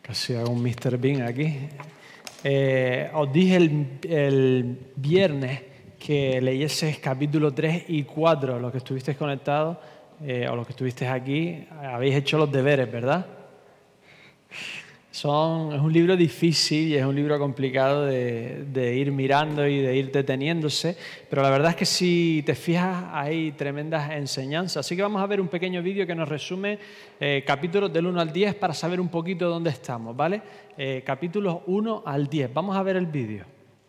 Casi hago un Mr. Bean aquí. Os dije el viernes que leyeses capítulo 3 y 4, los que estuvisteis conectados o los que estuvisteis aquí, habéis hecho los deberes, ¿verdad? Es un libro difícil y es un libro complicado de ir mirando y de ir deteniéndose, pero la verdad es que si te fijas hay tremendas enseñanzas. Así que vamos a ver un pequeño vídeo que nos resume capítulos del 1 al 10 para saber un poquito dónde estamos, ¿vale? Capítulos 1 al 10. Vamos a ver el vídeo.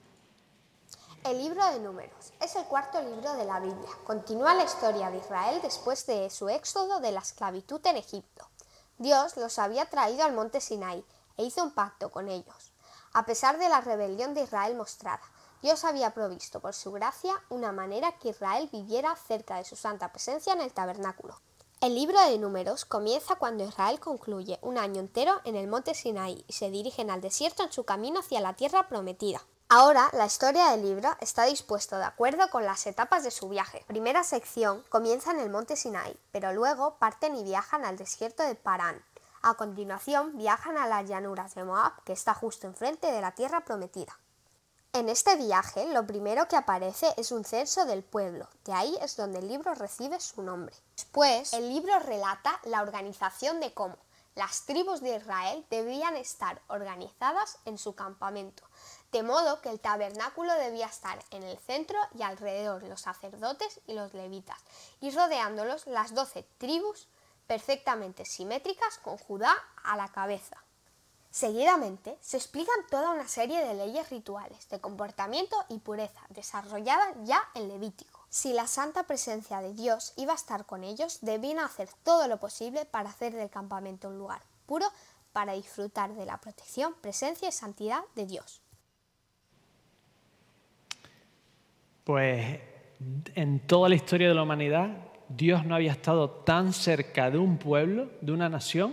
El libro de Números es el cuarto libro de la Biblia. Continúa la historia de Israel después de su éxodo de la esclavitud en Egipto. Dios los había traído al monte Sinaí e hizo un pacto con ellos. A pesar de la rebelión de Israel mostrada, Dios había provisto por su gracia una manera que Israel viviera cerca de su santa presencia en el tabernáculo. El libro de Números comienza cuando Israel concluye un año entero en el monte Sinaí y se dirigen al desierto en su camino hacia la tierra prometida. Ahora, la historia del libro está dispuesto de acuerdo con las etapas de su viaje. Primera sección comienza en el monte Sinaí, pero luego parten y viajan al desierto de Parán. A continuación, viajan a las llanuras de Moab, que está justo enfrente de la tierra prometida. En este viaje, lo primero que aparece es un censo del pueblo, de ahí es donde el libro recibe su nombre. Después, el libro relata la organización de cómo las tribus de Israel debían estar organizadas en su campamento, de modo que el tabernáculo debía estar en el centro y alrededor los sacerdotes y los levitas, y rodeándolos las 12 tribus perfectamente simétricas con Judá a la cabeza. Seguidamente se explican toda una serie de leyes rituales, de comportamiento y pureza, desarrolladas ya en Levítico. Si la santa presencia de Dios iba a estar con ellos, debían hacer todo lo posible para hacer del campamento un lugar puro para disfrutar de la protección, presencia y santidad de Dios. Pues en toda la historia de la humanidad, Dios no había estado tan cerca de un pueblo, de una nación,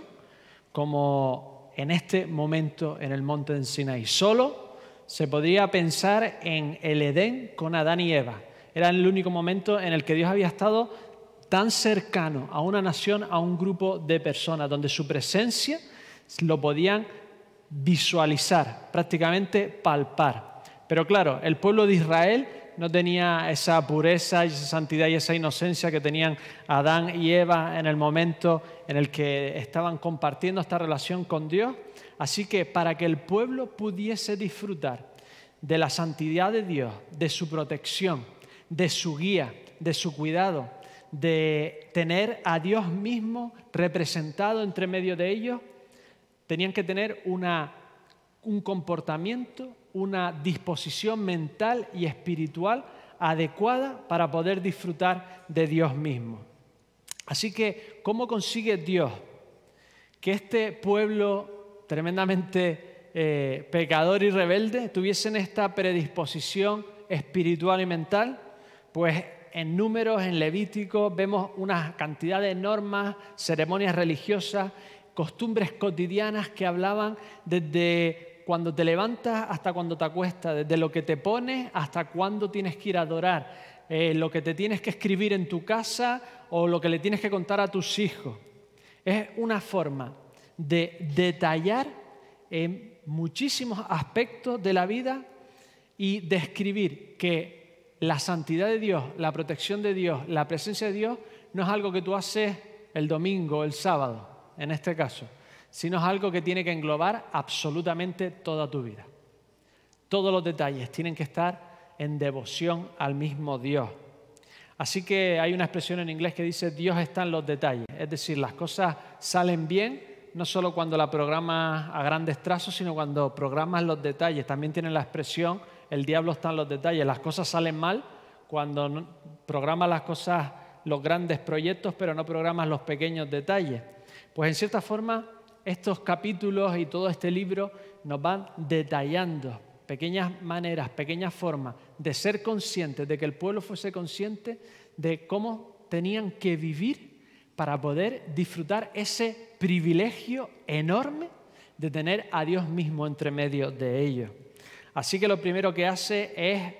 como en este momento en el monte de Sinaí. Solo se podría pensar en el Edén con Adán y Eva. Era el único momento en el que Dios había estado tan cercano a una nación, a un grupo de personas, donde su presencia lo podían visualizar, prácticamente palpar. Pero claro, el pueblo de Israel no tenía esa pureza y esa santidad y esa inocencia que tenían Adán y Eva en el momento en el que estaban compartiendo esta relación con Dios. Así que para que el pueblo pudiese disfrutar de la santidad de Dios, de su protección, de su guía, de su cuidado, de tener a Dios mismo representado entre medio de ellos, tenían que tener un comportamiento, una disposición mental y espiritual adecuada para poder disfrutar de Dios mismo. Así que, ¿cómo consigue Dios que este pueblo tremendamente pecador y rebelde tuviesen esta predisposición espiritual y mental? Pues en Números, en Levítico, vemos una cantidad de normas, ceremonias religiosas, costumbres cotidianas que hablaban desde cuando te levantas hasta cuando te acuestas, desde lo que te pones hasta cuándo tienes que ir a adorar, lo que te tienes que escribir en tu casa o lo que le tienes que contar a tus hijos. Es una forma de detallar en muchísimos aspectos de la vida y describir que la santidad de Dios, la protección de Dios, la presencia de Dios no es algo que tú haces el domingo o el sábado, en este caso, sino es algo que tiene que englobar absolutamente toda tu vida. Todos los detalles tienen que estar en devoción al mismo Dios. Así que hay una expresión en inglés que dice Dios está en los detalles, es decir, las cosas salen bien no solo cuando la programas a grandes trazos, sino cuando programas los detalles. También tienen la expresión el diablo está en los detalles. Las cosas salen mal cuando programas las cosas, los grandes proyectos, pero no programas los pequeños detalles. Pues en cierta forma estos capítulos y todo este libro nos van detallando pequeñas maneras, pequeñas formas de ser conscientes, de que el pueblo fuese consciente de cómo tenían que vivir para poder disfrutar ese privilegio enorme de tener a Dios mismo entre medio de ellos. Así que lo primero que hace es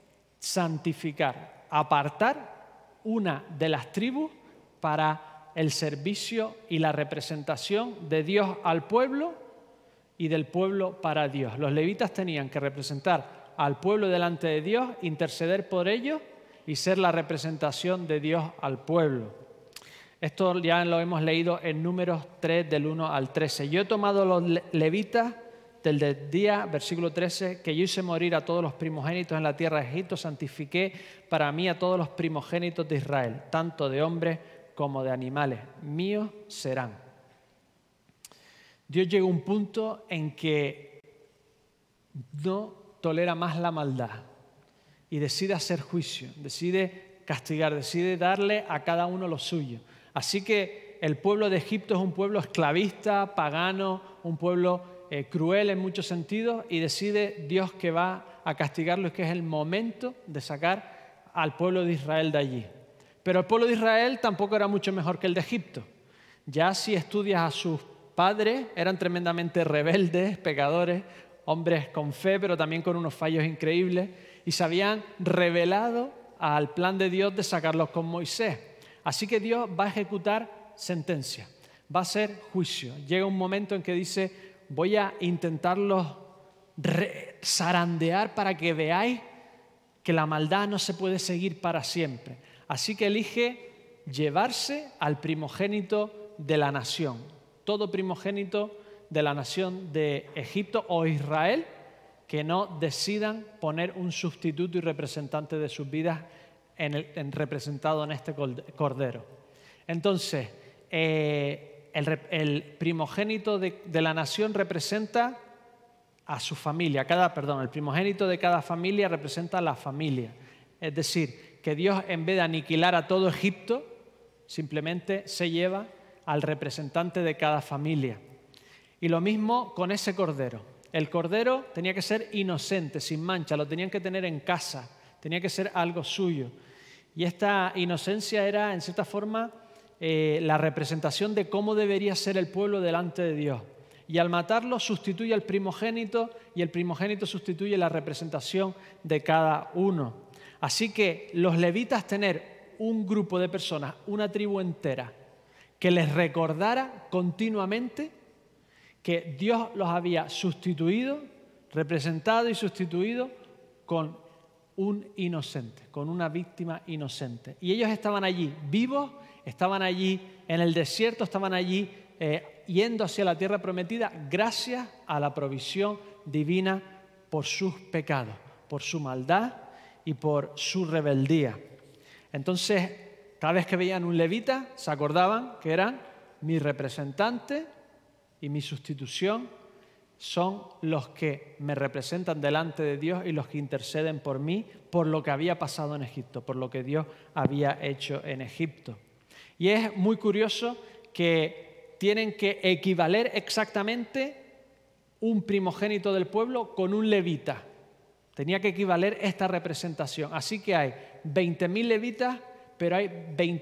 santificar, apartar una de las tribus para el servicio y la representación de Dios al pueblo y del pueblo para Dios. Los levitas tenían que representar al pueblo delante de Dios, interceder por ellos y ser la representación de Dios al pueblo. Esto ya lo hemos leído en Números 3, del 1 al 13. Yo he tomado los levitas del día, versículo 13, que yo hice morir a todos los primogénitos en la tierra de Egipto, santifiqué para mí a todos los primogénitos de Israel, tanto de hombres como de animales, míos serán. Dios llega a un punto en que no tolera más la maldad y decide hacer juicio, decide castigar, decide darle a cada uno lo suyo. Así que el pueblo de Egipto es un pueblo esclavista, pagano, un pueblo cruel en muchos sentidos, y decide Dios que va a castigarlo y que es el momento de sacar al pueblo de Israel de allí. Pero el pueblo de Israel tampoco era mucho mejor que el de Egipto. Ya si estudias a sus padres, eran tremendamente rebeldes, pecadores, hombres con fe, pero también con unos fallos increíbles, y se habían rebelado al plan de Dios de sacarlos con Moisés. Así que Dios va a ejecutar sentencia, va a hacer juicio. Llega un momento en que dice: voy a intentarlos zarandear para que veáis que la maldad no se puede seguir para siempre. Así que elige llevarse al primogénito de la nación. Todo primogénito de la nación de Egipto o Israel que no decidan poner un sustituto y representante de sus vidas representado en este cordero. Entonces, el primogénito de la nación representa a su familia. El primogénito de cada familia representa a la familia. Es decir, que Dios, en vez de aniquilar a todo Egipto, simplemente se lleva al representante de cada familia. Y lo mismo con ese cordero. El cordero tenía que ser inocente, sin mancha, lo tenían que tener en casa, tenía que ser algo suyo. Y esta inocencia era, en cierta forma, la representación de cómo debería ser el pueblo delante de Dios. Y al matarlo sustituye al primogénito y el primogénito sustituye la representación de cada uno. Así que los levitas, tener un grupo de personas, una tribu entera, que les recordara continuamente que Dios los había sustituido, representado y sustituido con un inocente, con una víctima inocente. Y ellos estaban allí vivos, estaban allí en el desierto, estaban allí yendo hacia la tierra prometida gracias a la provisión divina por sus pecados, por su maldad y por su rebeldía. Entonces, cada vez que veían un levita, se acordaban que eran mi representante y mi sustitución, son los que me representan delante de Dios y los que interceden por mí, por lo que había pasado en Egipto, por lo que Dios había hecho en Egipto. Y es muy curioso que tienen que equivaler exactamente un primogénito del pueblo con un levita. Tenía que equivaler esta representación. Así que hay 20.000 levitas, pero hay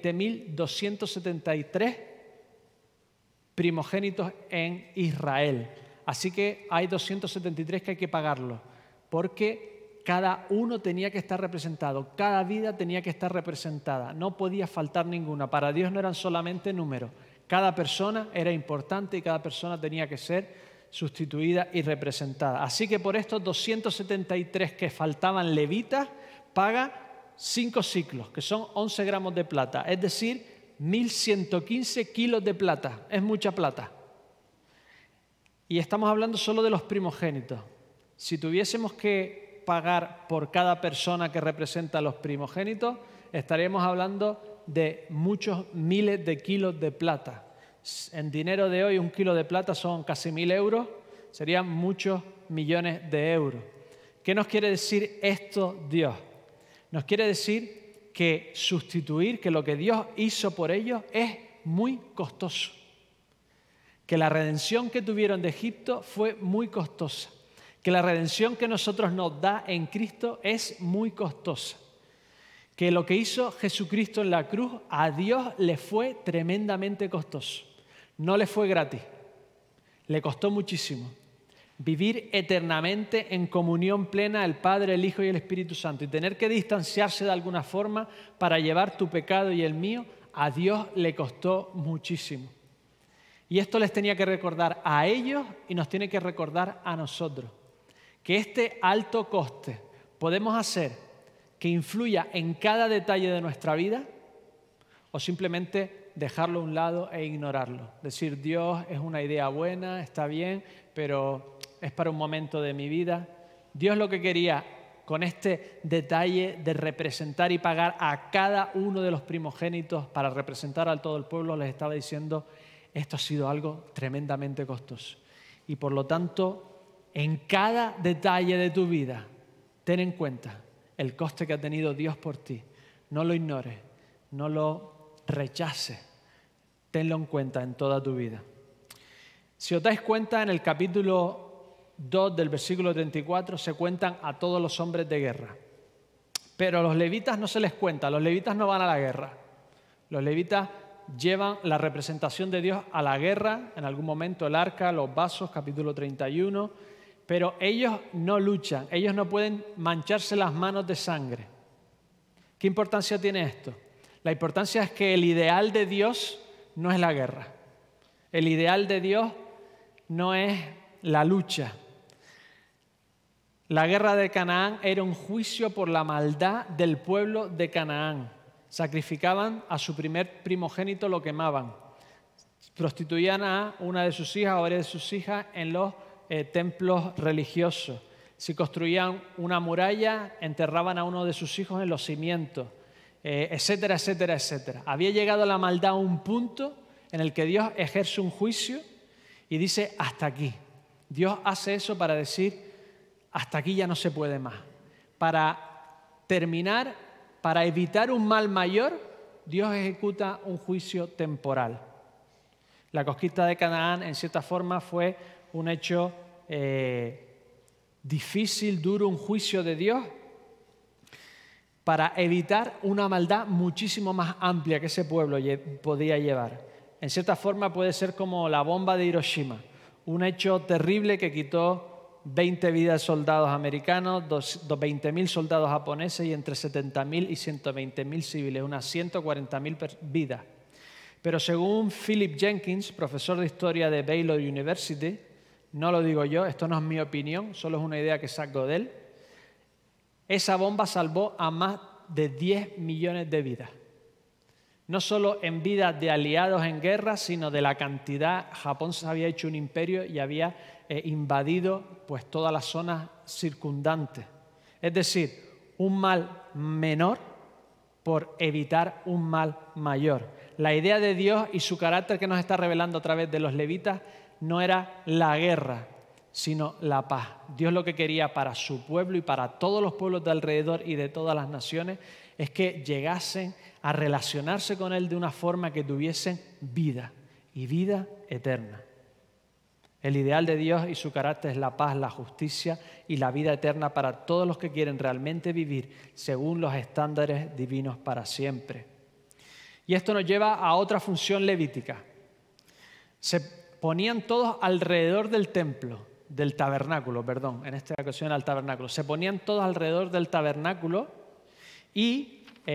20.273 primogénitos en Israel. Así que hay 273 que hay que pagarlos, porque cada uno tenía que estar representado, cada vida tenía que estar representada, no podía faltar ninguna. Para Dios no eran solamente números, cada persona era importante y cada persona tenía que ser sustituida y representada. Así que por estos 273 que faltaban levitas, paga 5 siclos, que son 11 gramos de plata, es decir, 1.115 kilos de plata. Es mucha plata. Y estamos hablando solo de los primogénitos. Si tuviésemos que pagar por cada persona que representa a los primogénitos, estaríamos hablando de muchos miles de kilos de plata. En dinero de hoy, 1 kilo de plata son casi 1.000 euros, serían muchos millones de euros. ¿Qué nos quiere decir esto Dios? Nos quiere decir que sustituir, que lo que Dios hizo por ellos es muy costoso. Que la redención que tuvieron de Egipto fue muy costosa. Que la redención que nosotros nos da en Cristo es muy costosa. Que lo que hizo Jesucristo en la cruz a Dios le fue tremendamente costoso. No le fue gratis. Le costó muchísimo. Vivir eternamente en comunión plena el Padre, el Hijo y el Espíritu Santo y tener que distanciarse de alguna forma para llevar tu pecado y el mío, a Dios le costó muchísimo. Y esto les tenía que recordar a ellos y nos tiene que recordar a nosotros. Que este alto coste podemos hacer que influya en cada detalle de nuestra vida o simplemente dejarlo a un lado e ignorarlo. Decir, Dios es una idea buena, está bien, pero es para un momento de mi vida. Dios lo que quería con este detalle de representar y pagar a cada uno de los primogénitos para representar a todo el pueblo, les estaba diciendo, esto ha sido algo tremendamente costoso. Y por lo tanto, en cada detalle de tu vida, ten en cuenta el coste que ha tenido Dios por ti. No lo ignores, no lo rechaces, tenlo en cuenta en toda tu vida. Si os dais cuenta, en el capítulo 2 del versículo 34 se cuentan a todos los hombres de guerra. Pero a los levitas no se les cuenta, los levitas no van a la guerra. Los levitas llevan la representación de Dios a la guerra, en algún momento el arca, los vasos, capítulo 31, pero ellos no luchan, ellos no pueden mancharse las manos de sangre. ¿Qué importancia tiene esto? La importancia es que el ideal de Dios no es la guerra. El ideal de Dios no es la lucha. La guerra de Canaán era un juicio por la maldad del pueblo de Canaán. Sacrificaban a su primer primogénito, lo quemaban. Prostituían a una de sus hijas o varias de sus hijas en los templos religiosos. Si construían una muralla, enterraban a uno de sus hijos en los cimientos, etcétera, etcétera, etcétera. Había llegado la maldad a un punto en el que Dios ejerce un juicio y dice, hasta aquí. Dios hace eso para decir, hasta aquí ya no se puede más. Para terminar, para evitar un mal mayor, Dios ejecuta un juicio temporal. La conquista de Canaán, en cierta forma, fue un hecho difícil, duro, un juicio de Dios para evitar una maldad muchísimo más amplia que ese pueblo podía llevar. En cierta forma puede ser como la bomba de Hiroshima, un hecho terrible que quitó 20 vidas de soldados americanos, 20.000 soldados japoneses y entre 70.000 y 120.000 civiles, unas 140.000 vidas. Pero según Philip Jenkins, profesor de historia de Baylor University, no lo digo yo, esto no es mi opinión, solo es una idea que saco de él, esa bomba salvó a más de 10 millones de vidas. No solo en vidas de aliados en guerra, sino de la cantidad. Japón se había hecho un imperio y había invadido pues, todas las zonas circundantes. Es decir, un mal menor por evitar un mal mayor. La idea de Dios y su carácter que nos está revelando a través de los levitas no era la guerra, sino la paz. Dios lo que quería para su pueblo y para todos los pueblos de alrededor y de todas las naciones es que llegasen a relacionarse con Él de una forma que tuviesen vida y vida eterna. El ideal de Dios y su carácter es la paz, la justicia y la vida eterna para todos los que quieren realmente vivir según los estándares divinos para siempre. Y esto nos lleva a otra función levítica. Se ponían todos alrededor del templo, del tabernáculo, perdón, en esta ocasión al tabernáculo. Se ponían todos alrededor del tabernáculo y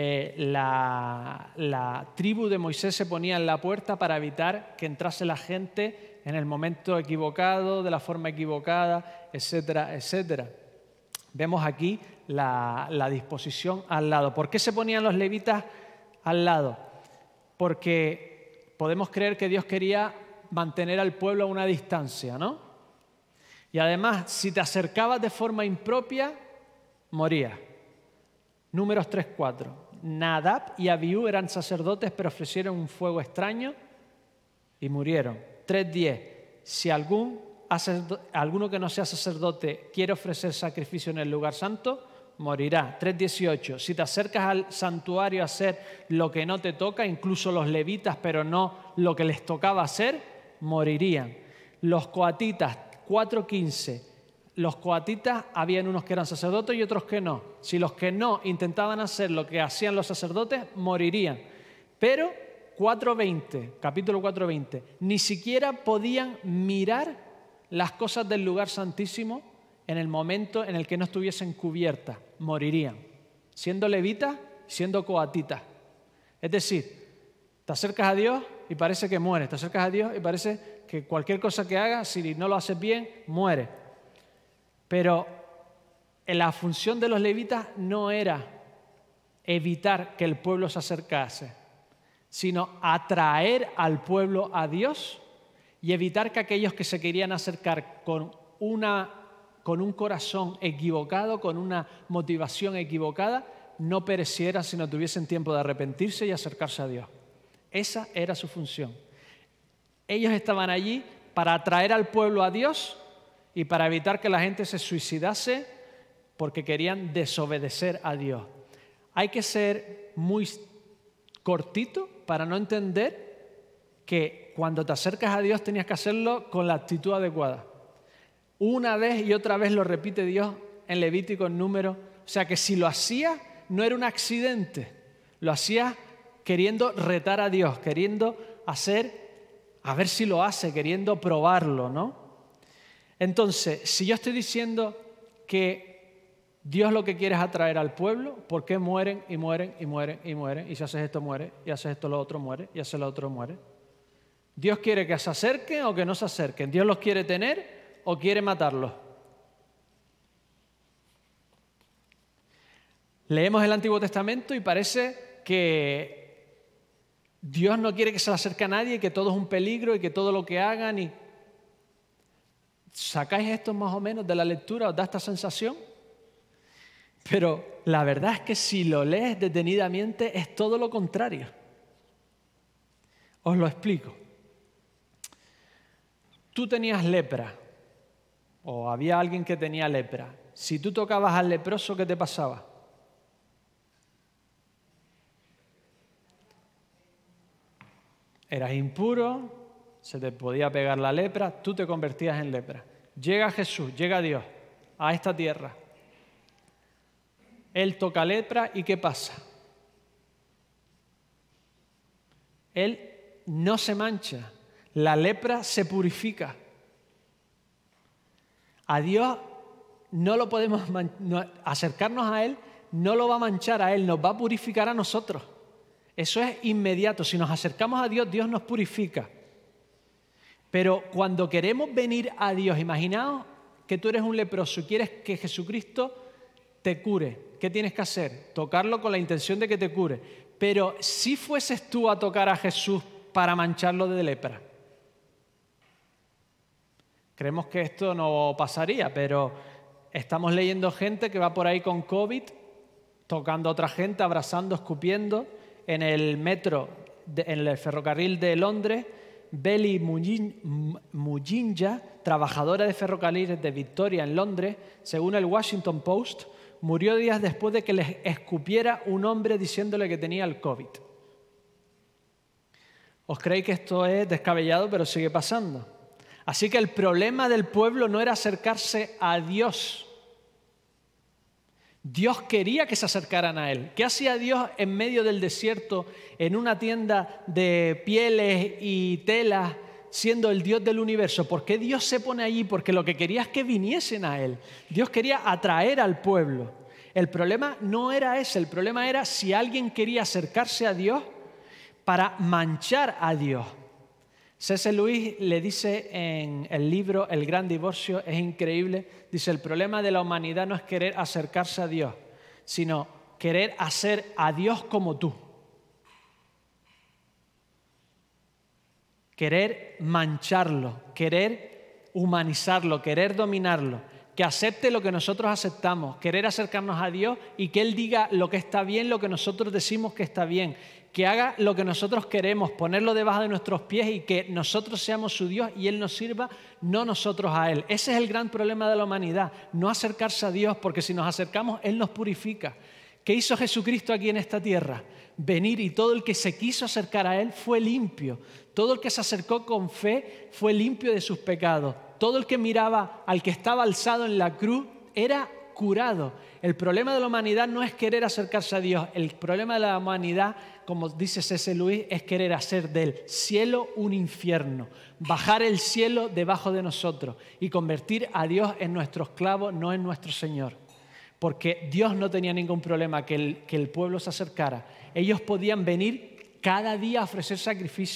la tribu de Moisés se ponía en la puerta para evitar que entrase la gente en el momento equivocado, de la forma equivocada, etcétera, etcétera. Vemos aquí la disposición al lado. ¿Por qué se ponían los levitas al lado? Porque podemos creer que Dios quería mantener al pueblo a una distancia, ¿no? Y además, si te acercabas de forma impropia, morías. Números 3:4. Nadab y Abiú eran sacerdotes, pero ofrecieron un fuego extraño y murieron. 3:10. Si alguno que no sea sacerdote quiere ofrecer sacrificio en el lugar santo, morirá. 3:18. Si te acercas al santuario a hacer lo que no te toca, incluso los levitas, pero no lo que les tocaba hacer, morirían. Los coatitas, 4:15. Los coatitas, habían unos que eran sacerdotes y otros que no. Si los que no intentaban hacer lo que hacían los sacerdotes, morirían. Pero 4:20, capítulo 4:20, ni siquiera podían mirar las cosas del lugar santísimo en el momento en el que no estuviesen cubiertas, morirían, siendo levitas, siendo coatitas. Es decir, te acercas a Dios y parece que mueres. Te acercas a Dios y parece que cualquier cosa que hagas, si no lo haces bien, mueres. Pero la función de los levitas no era evitar que el pueblo se acercase, sino atraer al pueblo a Dios y evitar que aquellos que se querían acercar con un corazón equivocado, con una motivación equivocada, no perecieran, sino tuviesen tiempo de arrepentirse y acercarse a Dios. Esa era su función. Ellos estaban allí para atraer al pueblo a Dios y para evitar que la gente se suicidase porque querían desobedecer a Dios. Hay que ser muy cortito para no entender que cuando te acercas a Dios tenías que hacerlo con la actitud adecuada. Una vez y otra vez lo repite Dios en Levítico, en Números. O sea que si lo hacías no era un accidente, lo hacías queriendo retar a Dios, queriendo a ver si lo hace, queriendo probarlo, ¿no? Entonces, si yo estoy diciendo que Dios lo que quiere es atraer al pueblo, ¿por qué mueren y mueren y mueren y mueren? Y si haces esto muere, y haces esto lo otro muere, y haces lo otro muere. ¿Dios quiere que se acerquen o que no se acerquen? ¿Dios los quiere tener o quiere matarlos? Leemos el Antiguo Testamento y parece que Dios no quiere que se le acerque a nadie, que todo es un peligro y que todo lo que hagan y... ¿Sacáis esto más o menos de la lectura? ¿Os da esta sensación? Pero la verdad es que si lo lees detenidamente es todo lo contrario. Os lo explico. Tú tenías lepra o había alguien que tenía lepra. Si tú tocabas al leproso, ¿qué te pasaba? Eras impuro, se te podía pegar la lepra, tú te convertías en lepra. Llega Jesús, llega Dios a esta tierra. Él toca lepra y ¿qué pasa? Él no se mancha, la lepra se purifica. A Dios no lo podemos acercarnos a Él, no lo va a manchar a Él, nos va a purificar a nosotros. Eso es inmediato. Si nos acercamos a Dios, Dios nos purifica. Pero cuando queremos venir a Dios, imaginaos que tú eres un leproso y quieres que Jesucristo te cure. ¿Qué tienes que hacer? Tocarlo con la intención de que te cure. Pero si fueses tú a tocar a Jesús para mancharlo de lepra. Creemos que esto no pasaría, pero estamos leyendo gente que va por ahí con COVID, tocando a otra gente, abrazando, escupiendo. En el metro, en el ferrocarril de Londres, Beli Mujinja, trabajadora de ferrocarriles de Victoria en Londres, según el Washington Post, murió días después de que les escupiera un hombre diciéndole que tenía el COVID. ¿Os creéis que esto es descabellado, pero sigue pasando? Así que el problema del pueblo no era acercarse a Dios. Dios quería que se acercaran a Él. ¿Qué hacía Dios en medio del desierto, en una tienda de pieles y telas, siendo el Dios del universo? ¿Por qué Dios se pone allí? Porque lo que quería es que viniesen a Él. Dios quería atraer al pueblo. El problema no era ese, el problema era si alguien quería acercarse a Dios para manchar a Dios. C.S. Lewis le dice en el libro El Gran Divorcio, es increíble, dice: el problema de la humanidad no es querer acercarse a Dios, sino querer hacer a Dios como tú. Querer mancharlo, querer humanizarlo, querer dominarlo, que acepte lo que nosotros aceptamos, querer acercarnos a Dios y que Él diga lo que está bien, lo que nosotros decimos que está bien, que haga lo que nosotros queremos, ponerlo debajo de nuestros pies y que nosotros seamos su Dios y Él nos sirva, no nosotros a Él. Ese es el gran problema de la humanidad, no acercarse a Dios, porque si nos acercamos, Él nos purifica. ¿Qué hizo Jesucristo aquí en esta tierra? Venir, y todo el que se quiso acercar a Él fue limpio. Todo el que se acercó con fe fue limpio de sus pecados. Todo el que miraba al que estaba alzado en la cruz era curado. El problema de la humanidad no es querer acercarse a Dios. El problema de la humanidad, como dice C.S. Lewis, es querer hacer del cielo un infierno, bajar el cielo debajo de nosotros y convertir a Dios en nuestro esclavo, no en nuestro Señor. Porque Dios no tenía ningún problema que el pueblo se acercara. Ellos podían venir cada día a ofrecer sacrificio,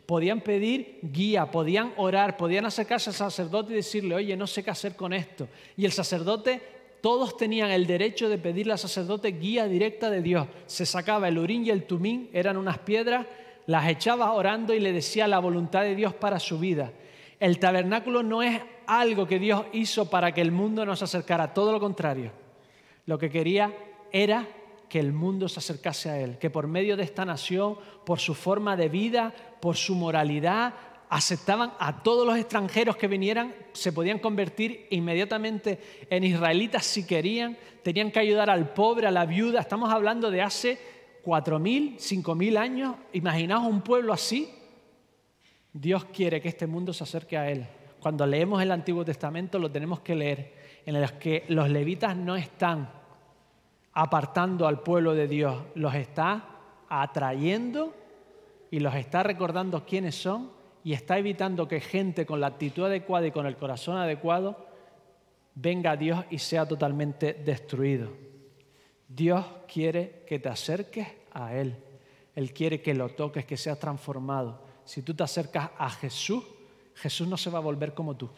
podían pedir guía, podían orar, podían acercarse al sacerdote y decirle, oye, no sé qué hacer con esto. Y el sacerdote, todos tenían el derecho de pedirle al sacerdote guía directa de Dios. Se sacaba el Urín y el Tumín, eran unas piedras, las echaba orando y le decía la voluntad de Dios para su vida. El tabernáculo no es algo que Dios hizo para que el mundo nos acercara, todo lo contrario. Lo que quería era que el mundo se acercase a Él, que por medio de esta nación, por su forma de vida, por su moralidad, aceptaban a todos los extranjeros que vinieran, se podían convertir inmediatamente en israelitas si querían, tenían que ayudar al pobre, a la viuda. Estamos hablando de hace 4.000, 5.000 años. Imaginaos un pueblo así. Dios quiere que este mundo se acerque a Él. Cuando leemos el Antiguo Testamento lo tenemos que leer, en el que los levitas no están apartando al pueblo de Dios, los está atrayendo y los está recordando quiénes son y está evitando que gente con la actitud adecuada y con el corazón adecuado venga a Dios y sea totalmente destruido. Dios quiere que te acerques a Él. Él quiere que lo toques, que seas transformado. Si tú te acercas a Jesús, Jesús no se va a volver como tú.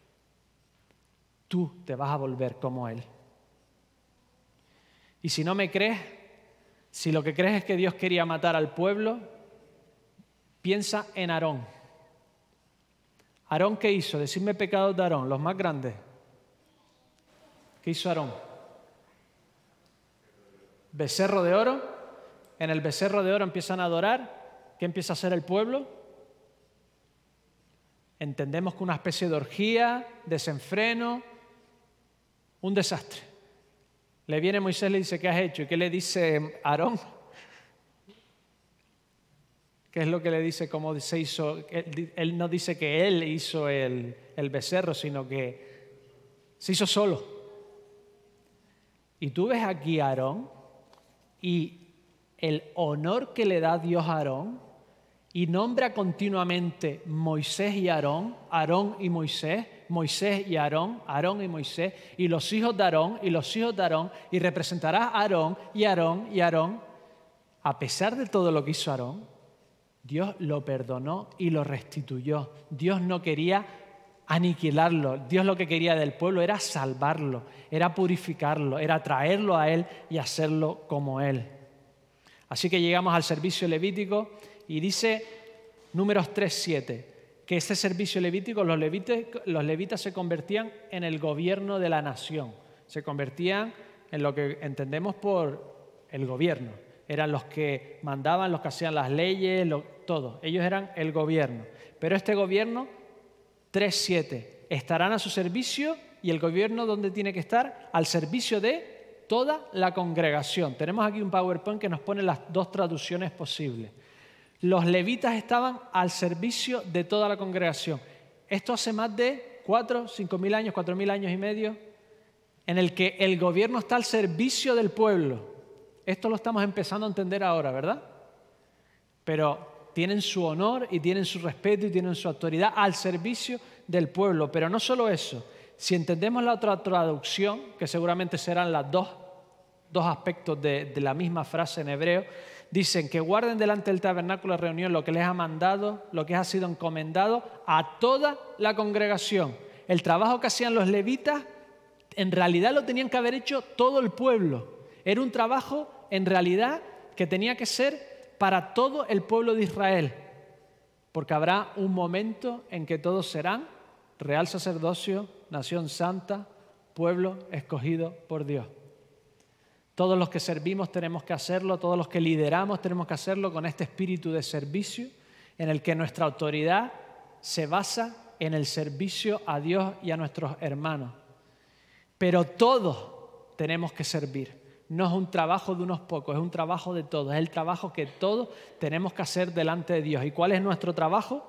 Tú te vas a volver como Él. Y si no me crees, si lo que crees es que Dios quería matar al pueblo, piensa en Aarón. ¿Aarón qué hizo? Decidme pecados de Aarón, los más grandes. ¿Qué hizo Aarón? Becerro de oro. En el becerro de oro empiezan a adorar. ¿Qué empieza a hacer el pueblo? Entendemos que una especie de orgía, desenfreno, un desastre. Le viene Moisés y le dice, ¿qué has hecho? ¿Y qué le dice Aarón? ¿Qué es lo que le dice? ¿Cómo se hizo? Él no dice que él hizo el becerro, sino que se hizo solo. Y tú ves aquí a Aarón y el honor que le da Dios a Aarón y nombra continuamente Moisés y Aarón, Aarón y Moisés, Moisés y Aarón, Aarón y Moisés, y los hijos de Aarón y los hijos de Aarón, y representará a Aarón y Aarón y Aarón. A pesar de todo lo que hizo Aarón, Dios lo perdonó y lo restituyó. Dios no quería aniquilarlo. Dios lo que quería del pueblo era salvarlo, era purificarlo, era traerlo a Él y hacerlo como Él. Así que llegamos al servicio levítico y dice Números 3:7, que este servicio levítico, los levitas se convertían en el gobierno de la nación, se convertían en lo que entendemos por el gobierno. Eran los que mandaban, los que hacían las leyes, todo. Ellos eran el gobierno. Pero este gobierno, 3:7, estarán a su servicio. ¿Y el gobierno dónde tiene que estar? Al servicio de toda la congregación. Tenemos aquí un PowerPoint que nos pone las dos traducciones posibles. Los levitas estaban al servicio de toda la congregación. Esto hace más de 4.000 años, 4.000 años y medio, en el que el gobierno está al servicio del pueblo. Esto lo estamos empezando a entender ahora, ¿verdad? Pero tienen su honor y tienen su respeto y tienen su autoridad al servicio del pueblo. Pero no solo eso. Si entendemos la otra traducción, que seguramente serán los dos aspectos de la misma frase en hebreo, dicen que guarden delante del tabernáculo de reunión lo que les ha mandado, lo que ha sido encomendado a toda la congregación. El trabajo que hacían los levitas, en realidad lo tenían que haber hecho todo el pueblo. Era un trabajo, en realidad, que tenía que ser para todo el pueblo de Israel. Porque habrá un momento en que todos serán real sacerdocio, nación santa, pueblo escogido por Dios. Todos los que servimos tenemos que hacerlo, todos los que lideramos tenemos que hacerlo con este espíritu de servicio en el que nuestra autoridad se basa en el servicio a Dios y a nuestros hermanos. Pero todos tenemos que servir. No es un trabajo de unos pocos, es un trabajo de todos. Es el trabajo que todos tenemos que hacer delante de Dios. ¿Y cuál es nuestro trabajo?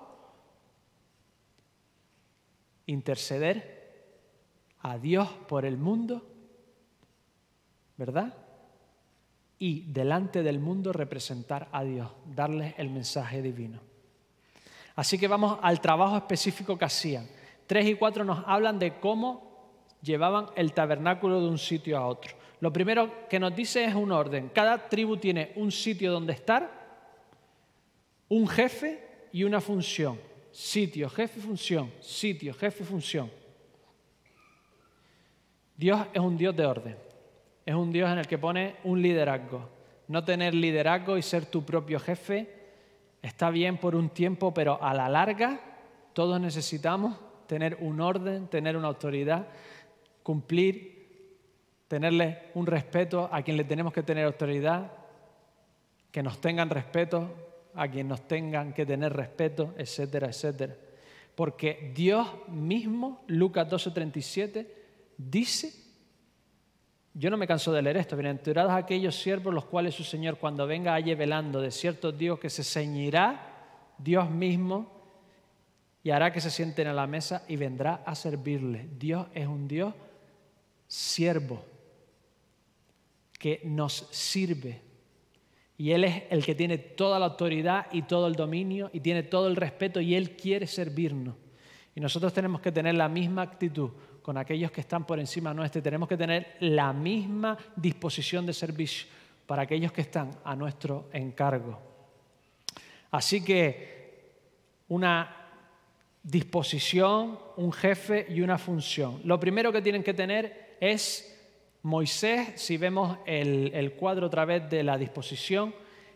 Interceder a Dios por el mundo, ¿verdad? Y delante del mundo representar a Dios, darles el mensaje divino. Así que vamos al trabajo específico que hacían. 3 y 4 nos hablan de cómo llevaban el tabernáculo de un sitio a otro. Lo primero que nos dice es un orden. Cada tribu tiene un sitio donde estar, un jefe y una función. Sitio, jefe, función. Sitio, jefe, función. Dios es un Dios de orden. Es un Dios en el que pone un liderazgo. No tener liderazgo y ser tu propio jefe está bien por un tiempo, pero a la larga todos necesitamos tener un orden, tener una autoridad, cumplir, tenerle un respeto a quien le tenemos que tener autoridad, que nos tengan respeto a quien nos tengan que tener respeto, etcétera, etcétera. Porque Dios mismo, Lucas 12:37, dice, yo no me canso de leer esto, bienaventurados aquellos siervos los cuales su Señor cuando venga halle velando, de cierto digo que se ceñirá Dios mismo y hará que se sienten a la mesa y vendrá a servirles. Dios es un Dios siervo que nos sirve. Y Él es el que tiene toda la autoridad y todo el dominio y tiene todo el respeto y Él quiere servirnos. Y nosotros tenemos que tener la misma actitud con aquellos que están por encima nuestra y tenemos que tener la misma disposición de servicio para aquellos que están a nuestro encargo. Así que una disposición, un jefe y una función. Lo primero que tienen que tener es Moisés, si vemos el cuadro otra vez de la disposición,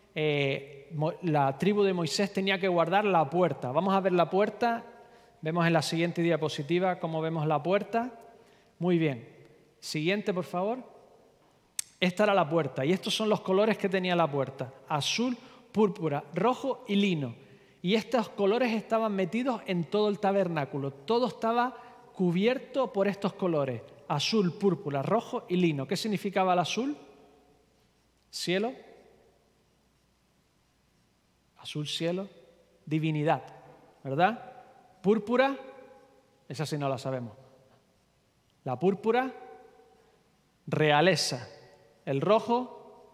la tribu de Moisés tenía que guardar la puerta. Vamos a ver la puerta, vemos en la siguiente diapositiva cómo vemos la puerta. Muy bien. Siguiente, por favor. Esta era la puerta y estos son los colores que tenía la puerta. Azul, púrpura, rojo y lino. Y estos colores estaban metidos en todo el tabernáculo. Todo estaba cubierto por estos colores. Azul, púrpura, rojo y lino. ¿Qué significaba el azul? Cielo. Azul, cielo. Divinidad, ¿verdad? Púrpura, esa sí no la sabemos. La púrpura, realeza. El rojo,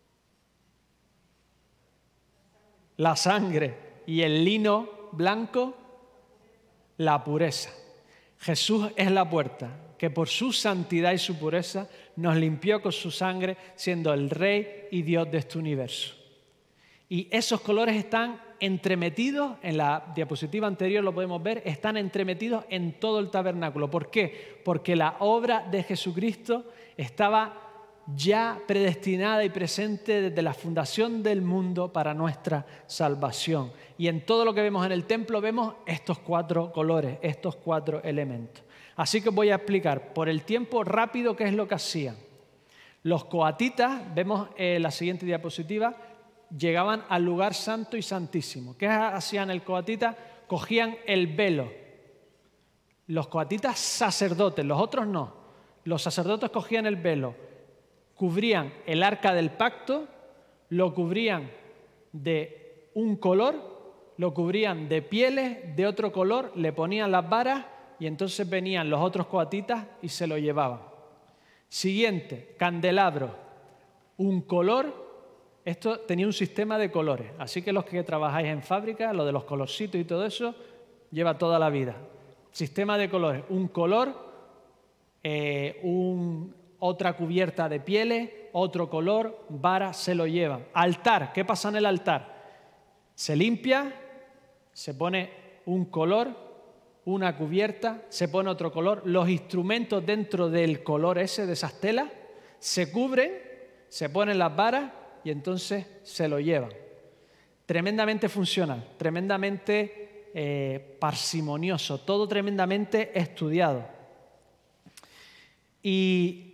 la sangre. Y el lino blanco, la pureza. Jesús es la puerta, que por su santidad y su pureza nos limpió con su sangre, siendo el Rey y Dios de este universo. Y esos colores están entremetidos, en la diapositiva anterior lo podemos ver, están entremetidos en todo el tabernáculo. ¿Por qué? Porque la obra de Jesucristo estaba ya predestinada y presente desde la fundación del mundo para nuestra salvación. Y en todo lo que vemos en el templo vemos estos 4 colores, estos 4 elementos. Así que voy a explicar por el tiempo rápido qué es lo que hacían. Los coatitas, vemos la siguiente diapositiva, llegaban al lugar santo y santísimo. ¿Qué hacían el coatita? Cogían el velo. Los coatitas sacerdotes, los otros no. Los sacerdotes cogían el velo, cubrían el arca del pacto, lo cubrían de un color, lo cubrían de pieles de otro color, le ponían las varas y entonces venían los otros coatitas y se lo llevaban. Siguiente, candelabro, un color. Esto tenía un sistema de colores, así que los que trabajáis en fábrica, lo de los colorcitos y todo eso, lleva toda la vida. Sistema de colores, un color, otra cubierta de pieles, otro color, vara, se lo llevan. Altar, ¿qué pasa en el altar? Se limpia, se pone un color, una cubierta, se pone otro color. Los instrumentos dentro del color ese, de esas telas, se cubren, se ponen las varas y entonces se lo llevan. Tremendamente funcional, tremendamente parsimonioso, todo tremendamente estudiado. Y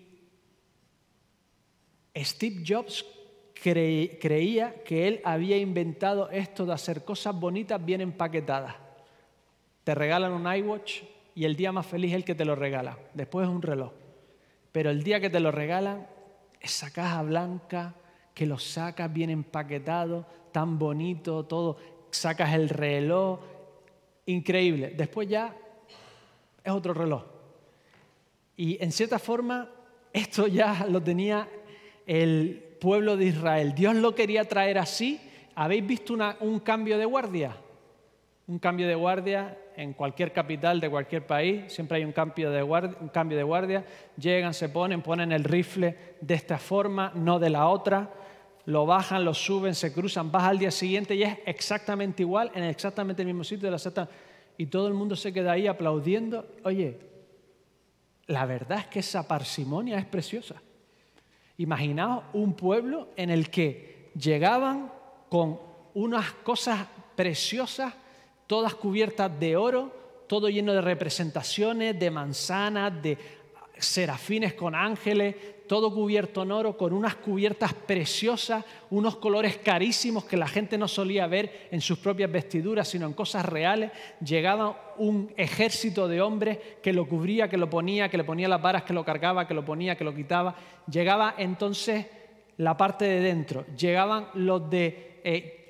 Steve Jobs creía que él había inventado esto de hacer cosas bonitas bien empaquetadas. Te regalan un iWatch y el día más feliz es el que te lo regala. Después es un reloj. Pero el día que te lo regalan, esa caja blanca que lo sacas bien empaquetado, tan bonito, todo, sacas el reloj, increíble. Después ya es otro reloj. Y en cierta forma, esto ya lo tenía el pueblo de Israel. Dios lo quería traer así. ¿Habéis visto un cambio de guardia? Un cambio de guardia en cualquier capital de cualquier país. Siempre hay un cambio de guardia. Llegan, se ponen el rifle de esta forma, no de la otra. lo bajan, lo suben, se cruzan, vas al día siguiente y es exactamente igual, en exactamente el mismo sitio, y todo el mundo se queda ahí aplaudiendo. Oye, la verdad es que esa parsimonia es preciosa. Imaginaos un pueblo en el que llegaban con unas cosas preciosas, todas cubiertas de oro, todo lleno de representaciones, de manzanas, de serafines con ángeles, todo cubierto en oro, con unas cubiertas preciosas, unos colores carísimos que la gente no solía ver en sus propias vestiduras, sino en cosas reales. Llegaba un ejército de hombres que lo cubría, que lo ponía, que le ponía las varas, que lo cargaba, que lo ponía, que lo quitaba. Llegaba entonces la parte de dentro. Llegaban los de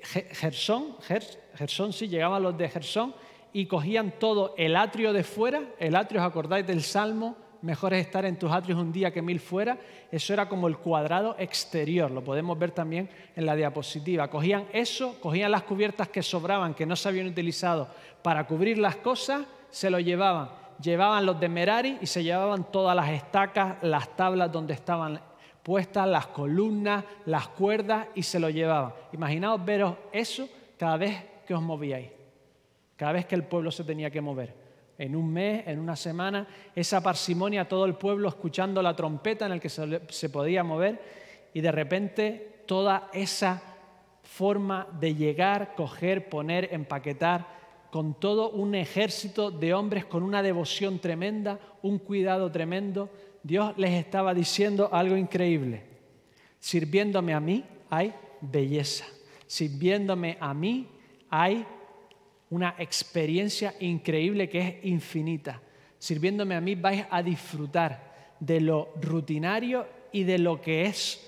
Gersón, sí, llegaban los de Gersón y cogían todo el atrio de fuera. El atrio, ¿os acordáis del Salmo? Mejor es estar en tus atrios un día que 1000 fuera. Eso era como el cuadrado exterior, lo podemos ver también en la diapositiva. Cogían eso, cogían las cubiertas que sobraban, que no se habían utilizado para cubrir las cosas, se lo llevaban. Llevaban los de Merari y se llevaban todas las estacas, las tablas donde estaban puestas, las columnas, las cuerdas, y se lo llevaban. Imaginaos veros eso cada vez que os movíais, cada vez que el pueblo se tenía que mover. En un mes, en una semana, esa parsimonia, todo el pueblo escuchando la trompeta en el que se podía mover, y de repente toda esa forma de llegar, coger, poner, empaquetar, con todo un ejército de hombres con una devoción tremenda, un cuidado tremendo. Dios les estaba diciendo algo increíble. Sirviéndome a mí hay belleza. Sirviéndome a mí hay una experiencia increíble que es infinita. Sirviéndome a mí vais a disfrutar de lo rutinario y de lo que es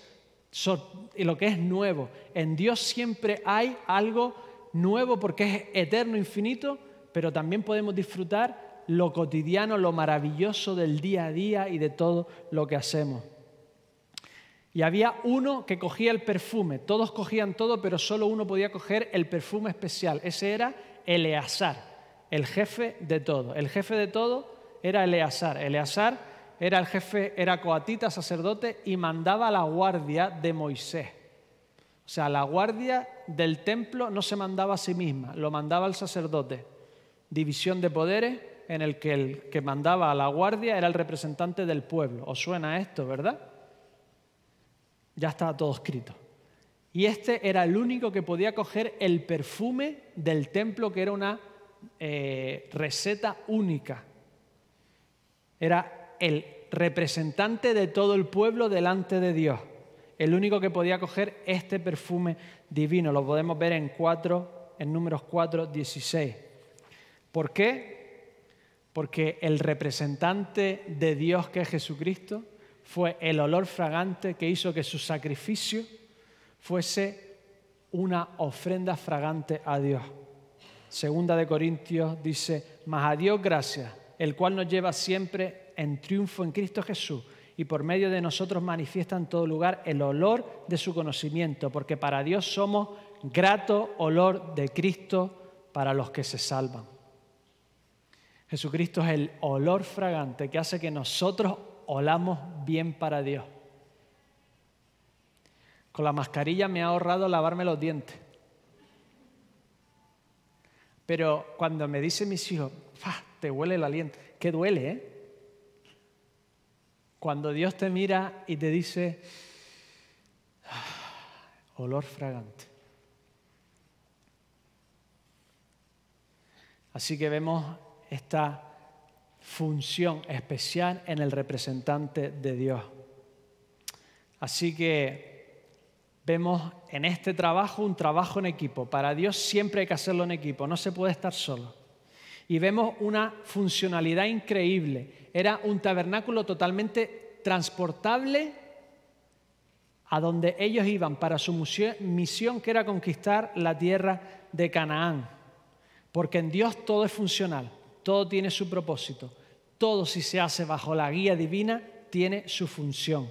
nuevo. En Dios siempre hay algo nuevo porque es eterno, infinito, pero también podemos disfrutar lo cotidiano, lo maravilloso del día a día y de todo lo que hacemos. Y había uno que cogía el perfume. Todos cogían todo, pero solo uno podía coger el perfume especial. Ese era Eleazar, el jefe de todo. El jefe de todo era Eleazar. Eleazar era el jefe, era coatita, sacerdote, y mandaba la guardia de Moisés. O sea, la guardia del templo no se mandaba a sí misma, lo mandaba el sacerdote. División de poderes en el que el que mandaba a la guardia era el representante del pueblo. ¿Os suena esto, verdad? Ya estaba todo escrito. Y este era el único que podía coger el perfume del templo, que era una receta única. Era el representante de todo el pueblo delante de Dios. El único que podía coger este perfume divino. Lo podemos ver en Números 4, 16. ¿Por qué? Porque el representante de Dios, que es Jesucristo, fue el olor fragante que hizo que su sacrificio fuese una ofrenda fragante a Dios. Segunda de Corintios dice: mas a Dios gracias, el cual nos lleva siempre en triunfo en Cristo Jesús, y por medio de nosotros manifiesta en todo lugar el olor de su conocimiento, porque para Dios somos grato olor de Cristo para los que se salvan. Jesucristo es el olor fragante que hace que nosotros olamos bien para Dios. Con la mascarilla me ha ahorrado lavarme los dientes. Pero cuando me dicen mis hijos, te huele el aliento, que duele, ¿eh? Cuando Dios te mira y te dice, olor fragante. Así que vemos esta función especial en el representante de Dios. Así que vemos en este trabajo un trabajo en equipo. Para Dios siempre hay que hacerlo en equipo, no se puede estar solo. Y vemos una funcionalidad increíble. Era un tabernáculo totalmente transportable a donde ellos iban para su misión, que era conquistar la tierra de Canaán. Porque en Dios todo es funcional, todo tiene su propósito. Todo, si se hace bajo la guía divina, tiene su función.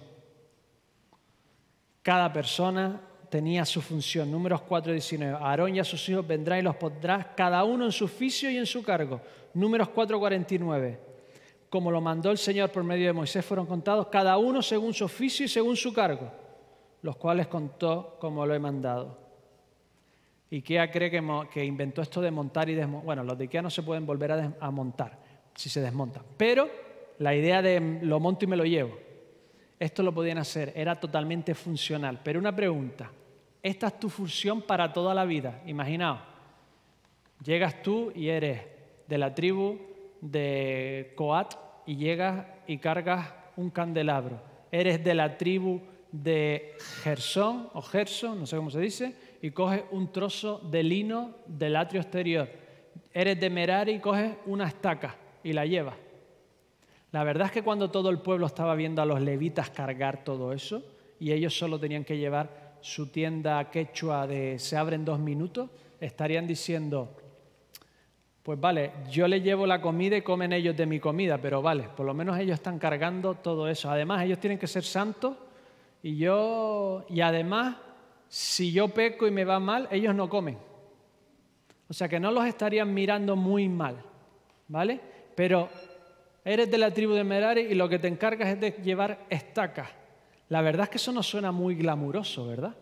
Cada persona tenía su función. Números 4:19. Aarón y a sus hijos vendrá y los pondrá cada uno en su oficio y en su cargo. Números 4:49. Como lo mandó el Señor por medio de Moisés, fueron contados cada uno según su oficio y según su cargo. los cuales contó como lo he mandado. IKEA cree que inventó esto de montar y desmontar. Bueno, los de IKEA no se pueden volver a montar si se desmontan. Pero la idea de lo monto y me lo llevo, esto lo podían hacer, era totalmente funcional. Pero una pregunta, esta es tu función para toda la vida. Imaginaos, llegas tú y eres de la tribu de Coat y llegas y cargas un candelabro. Eres de la tribu de Gersón o Gerson, no sé cómo se dice, y coges un trozo de lino del atrio exterior. Eres de Merari y coges una estaca y la llevas. La verdad es que cuando todo el pueblo estaba viendo a los levitas cargar todo eso y ellos solo tenían que llevar su tienda quechua de se abre en 2 minutos, estarían diciendo, pues vale, yo les llevo la comida y comen ellos de mi comida, pero vale, por lo menos ellos están cargando todo eso. Además, ellos tienen que ser santos y además, si yo peco y me va mal, ellos no comen. O sea que no los estarían mirando muy mal, ¿vale? Pero eres de la tribu de Merari y lo que te encargas es de llevar estacas. La verdad es que eso no suena muy glamuroso, ¿verdad?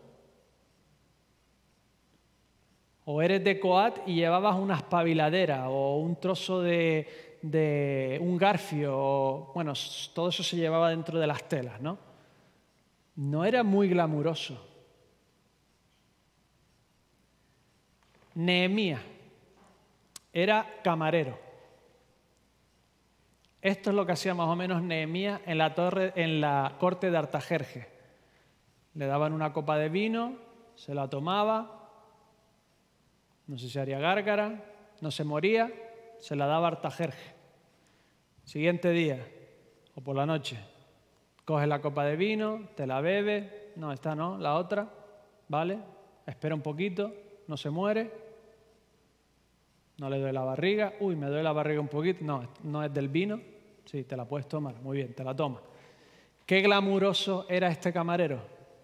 O eres de Coat y llevabas una espabiladera o un trozo de un garfio. Bueno, todo eso se llevaba dentro de las telas, ¿no? No era muy glamuroso. Nehemías era camarero. Esto es lo que hacía más o menos Nehemías en la corte de Artajerjes. Le daban una copa de vino, se la tomaba. No sé si haría gárgara, no se moría, se la daba a Artajerjes. Siguiente día, o por la noche, coge la copa de vino, te la bebe, no, esta no, la otra, ¿vale? Espera un poquito, no se muere, no le duele la barriga, uy, me duele la barriga un poquito, no, no es del vino, sí, te la puedes tomar, muy bien, te la tomas. Qué glamuroso era este camarero.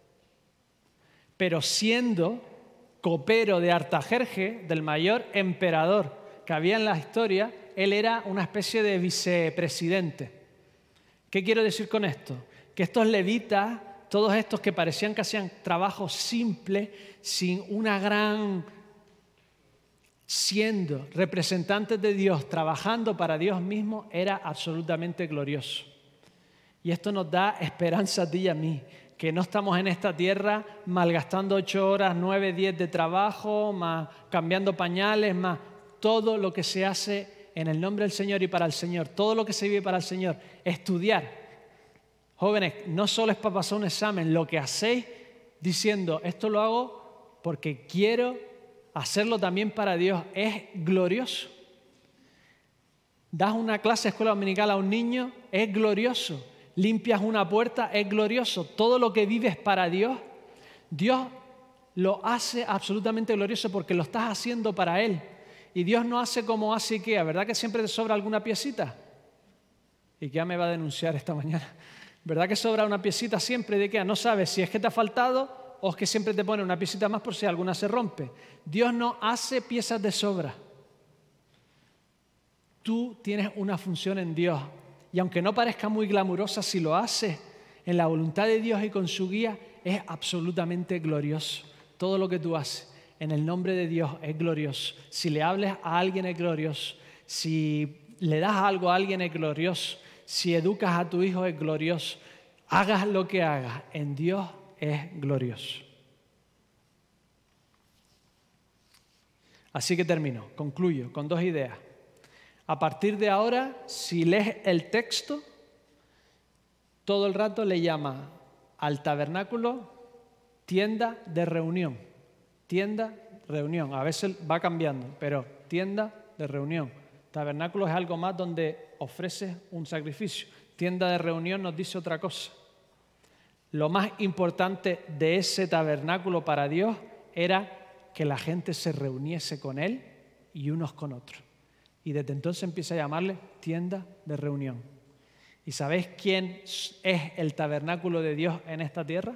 Pero siendo copero de Artajerjes, del mayor emperador que había en la historia, él era una especie de vicepresidente. ¿Qué quiero decir con esto? Que estos levitas, todos estos que parecían que hacían trabajo simple, sin una gran... siendo representantes de Dios, trabajando para Dios mismo, era absolutamente glorioso. Y esto nos da esperanza a ti y a mí, que no estamos en esta tierra malgastando 8 horas, 9, 10 de trabajo, más cambiando pañales, más todo lo que se hace en el nombre del Señor y para el Señor, todo lo que se vive para el Señor. Estudiar. Jóvenes, no solo es para pasar un examen, lo que hacéis diciendo, esto lo hago porque quiero hacerlo también para Dios, es glorioso. Das una clase de escuela dominical a un niño, es glorioso. Limpias una puerta, es glorioso. Todo lo que vives para Dios, Dios lo hace absolutamente glorioso porque lo estás haciendo para Él. Y Dios no hace como hace IKEA, ¿verdad que siempre te sobra alguna piecita? IKEA me va a denunciar esta mañana. ¿Verdad que sobra una piecita siempre de IKEA? No sabes si es que te ha faltado o es que siempre te pone una piecita más por si alguna se rompe. Dios no hace piezas de sobra. Tú tienes una función en Dios. Y aunque no parezca muy glamurosa, si lo haces en la voluntad de Dios y con su guía, es absolutamente glorioso. Todo lo que tú haces en el nombre de Dios es glorioso. Si le hables a alguien es glorioso. Si le das algo a alguien es glorioso. Si educas a tu hijo es glorioso. Hagas lo que hagas, en Dios es glorioso. Así que termino, concluyo con 2 ideas. A partir de ahora, si lees el texto, todo el rato le llama al tabernáculo tienda de reunión. Tienda, reunión. A veces va cambiando, pero tienda de reunión. Tabernáculo es algo más donde ofreces un sacrificio. Tienda de reunión nos dice otra cosa. Lo más importante de ese tabernáculo para Dios era que la gente se reuniese con Él y unos con otros. Y desde entonces empieza a llamarle tienda de reunión. ¿Y sabéis quién es el tabernáculo de Dios en esta tierra?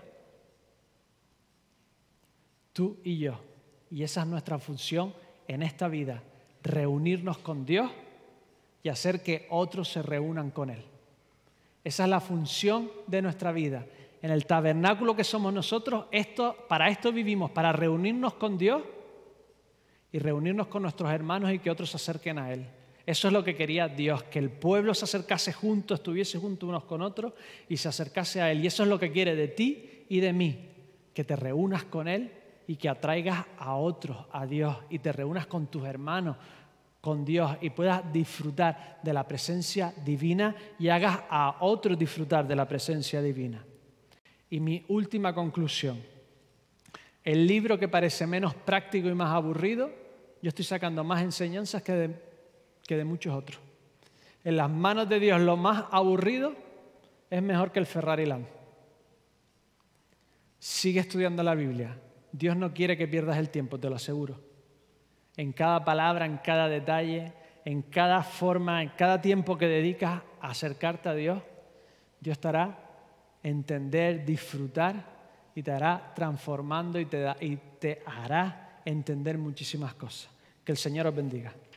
Tú y yo. Y esa es nuestra función en esta vida, reunirnos con Dios y hacer que otros se reúnan con Él. Esa es la función de nuestra vida, en el tabernáculo que somos nosotros, para esto vivimos, para reunirnos con Dios y reunirnos con nuestros hermanos y que otros se acerquen a Él. Eso es lo que quería Dios, que el pueblo se acercase juntos, estuviese juntos unos con otros y se acercase a Él. Y eso es lo que quiere de ti y de mí, que te reúnas con Él y que atraigas a otros a Dios y te reúnas con tus hermanos, con Dios y puedas disfrutar de la presencia divina y hagas a otros disfrutar de la presencia divina. Y mi última conclusión, el libro que parece menos práctico y más aburrido, yo estoy sacando más enseñanzas que de muchos otros. En las manos de Dios lo más aburrido es mejor que el Ferrari Land. Sigue estudiando la Biblia. Dios no quiere que pierdas el tiempo, te lo aseguro. En cada palabra, en cada detalle, en cada forma, en cada tiempo que dedicas a acercarte a Dios, Dios te hará entender, disfrutar y te hará transformando y te hará entender muchísimas cosas. Que el Señor os bendiga.